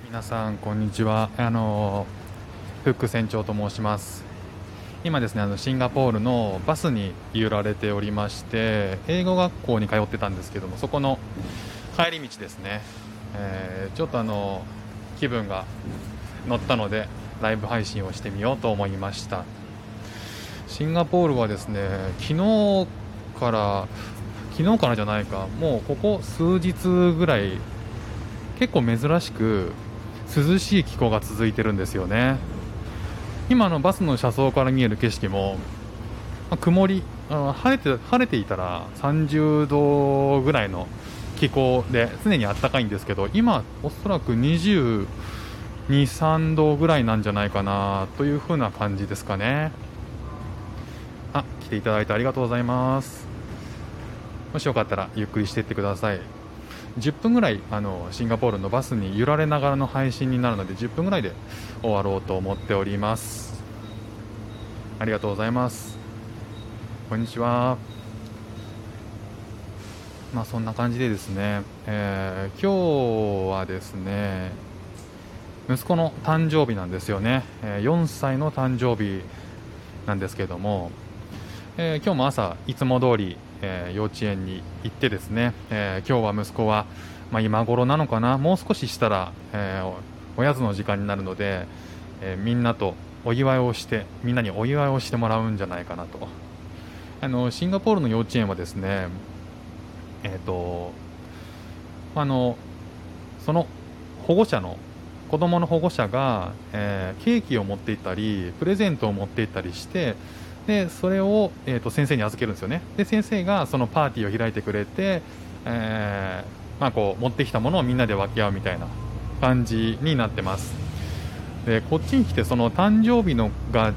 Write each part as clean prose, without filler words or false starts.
皆さんこんにちは。フック船長と申します。今ですね、シンガポールのバスに揺られておりまして、英語学校に通ってたんですけども、そこの帰り道ですね、ちょっと気分が乗ったのでライブ配信をしてみようと思いました。シンガポールはですね、昨日からじゃないか、もうここ数日ぐらい結構珍しく涼しい気候が続いてるんですよね。今バスの車窓から見える景色も、曇り、晴れていたら30度ぐらいの気候で常に暖かいんですけど、今おそらく22、3度ぐらいなんじゃないかなという風な感じですかね。来ていただいてありがとうございます。もしよかったらゆっくりしていってください。10分ぐらいシンガポールのバスに揺られながらの配信になるので、10分ぐらいで終わろうと思っております。ありがとうございます。こんにちは。そんな感じでですね、今日はですね、息子の誕生日なんですよね。4歳の誕生日なんですけども、今日も朝いつも通り幼稚園に行ってですね、今日は息子は、今頃なのかな、もう少ししたら、おやつの時間になるので、みんなにお祝いをしてもらうんじゃないかなと。シンガポールの幼稚園はですね、その子供の保護者が、ケーキを持って行ったりプレゼントを持って行ったりして、でそれを、先生に預けるんですよね。で先生がそのパーティーを開いてくれて、こう持ってきたものをみんなで分け合うみたいな感じになってます。でこっちに来てその誕生日のが、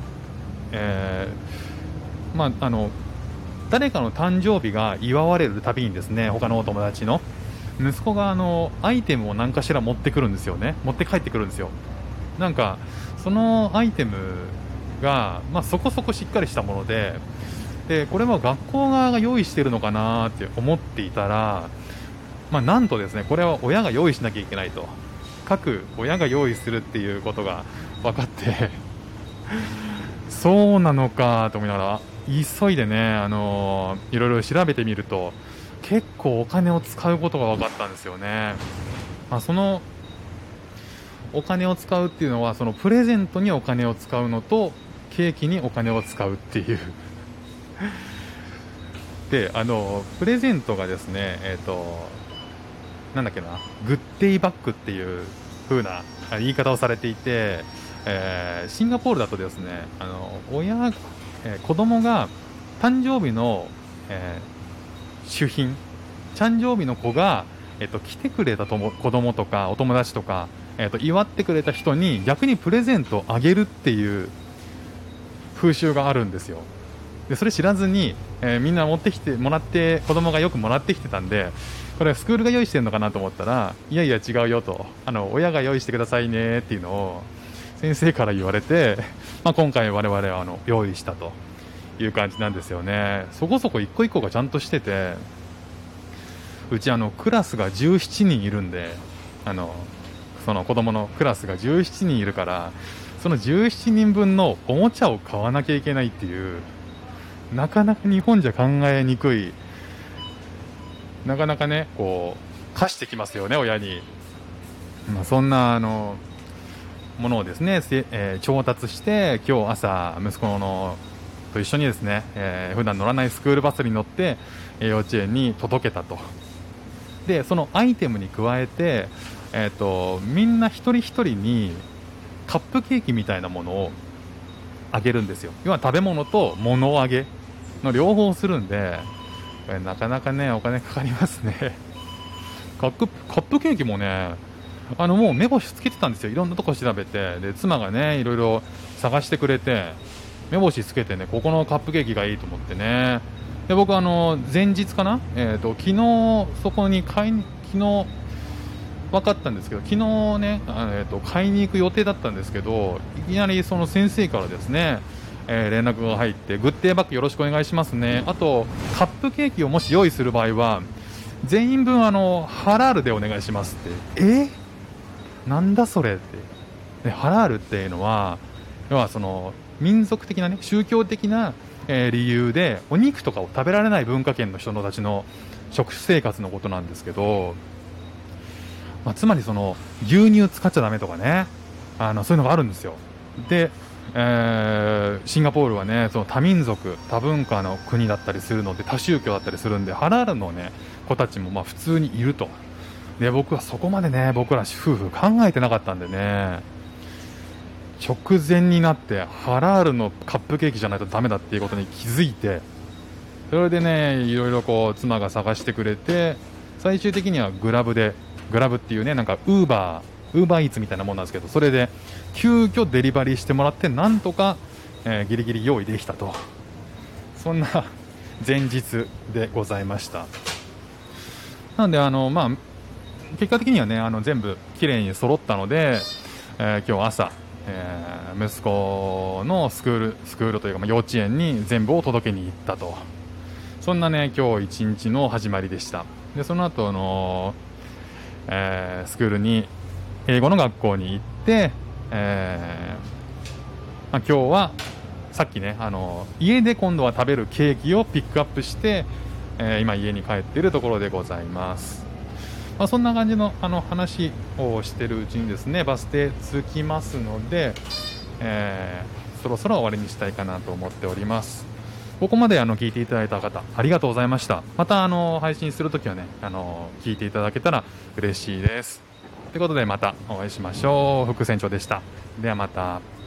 誰かの誕生日が祝われるたびにですね、他のお友達の息子がアイテムを何かしら持って帰ってくるんですよ。なんかそのアイテムが、そこそこしっかりしたもので、これは学校側が用意しているのかなって思っていたら、なんとですね、これは親が用意しなきゃいけないと、各親が用意するっていうことが分かってそうなのかと思いながら、急いでね、いろいろ調べてみると結構お金を使うことが分かったんですよね。そのお金を使うっていうのは、そのプレゼントにお金を使うのとケーキにお金を使うっていうでプレゼントがですね、なんだっけな、グッデイバッグっていう風な言い方をされていて、シンガポールだとですね、子供が誕生日の、主賓、誕生日の子が、来てくれた子供とかお友達とか、祝ってくれた人に逆にプレゼントをあげるっていう風習があるんですよ。でそれ知らずに、みんな持ってきてもらって、子供がよくもらってきてたんで、これはスクールが用意してるのかなと思ったら、いやいや違うよと、親が用意してくださいねっていうのを先生から言われて、今回我々は用意したという感じなんですよね。そこそこ一個一個がちゃんとしてて、うちクラスが17人いるんで、その子供のクラスが17人いるから、その17人分のおもちゃを買わなきゃいけないっていう、なかなか日本じゃ考えにくい、なかなかね、こう貸してきますよね、親に。そんなものをですね、調達して、今日朝息子と一緒にですね、普段乗らないスクールバスに乗って幼稚園に届けたと。でそのアイテムに加えて、みんな一人一人にカップケーキみたいなものをあげるんですよ。要は食べ物と物をあげの両方するんで、これなかなかねお金かかりますね。カップケーキもね、もう目星つけてたんですよ。いろんなとこ調べて、で妻がねいろいろ探してくれて、目星つけてね、ここのカップケーキがいいと思ってね。で僕前日かな、昨日そこに昨日分かったんですけど、昨日ね、買いに行く予定だったんですけど、いきなりその先生からですね、連絡が入って、グッデイバッグよろしくお願いしますね、あとカップケーキをもし用意する場合は全員分ハラールでお願いしますって。 なんだそれって。でハラールっていうのは要はその民族的なね宗教的な、理由でお肉とかを食べられない文化圏の人たちの食生活のことなんですけど、つまりその牛乳使っちゃダメとかね、そういうのがあるんですよ。で、シンガポールはねその多民族多文化の国だったりするので多宗教だったりするんでハラールのね子たちも普通にいると。で僕はそこまでね僕ら夫婦考えてなかったんでね、直前になってハラールのカップケーキじゃないとダメだっていうことに気づいて、それでねいろいろこう妻が探してくれて、最終的にはグラブっていうねなんかウーバーイーツみたいなもんなんですけど、それで急遽デリバリーしてもらってなんとか、ギリギリ用意できたと、そんな前日でございました。なんで結果的にはね全部きれいに揃ったので、今日朝、息子のスクールというか、幼稚園に全部を届けに行ったと、そんなね今日一日の始まりでした。でその後スクールに英語の学校に行って、今日はさっきね家で今度は食べるケーキをピックアップして、今家に帰っているところでございます。そんな感じの話をしているうちにですねバス停着きますので、そろそろ終わりにしたいかなと思っております。ここまで聞いていただいた方ありがとうございました。また配信するときはね聞いていただけたら嬉しいです。ということでまたお会いしましょう。副船長でした。ではまた。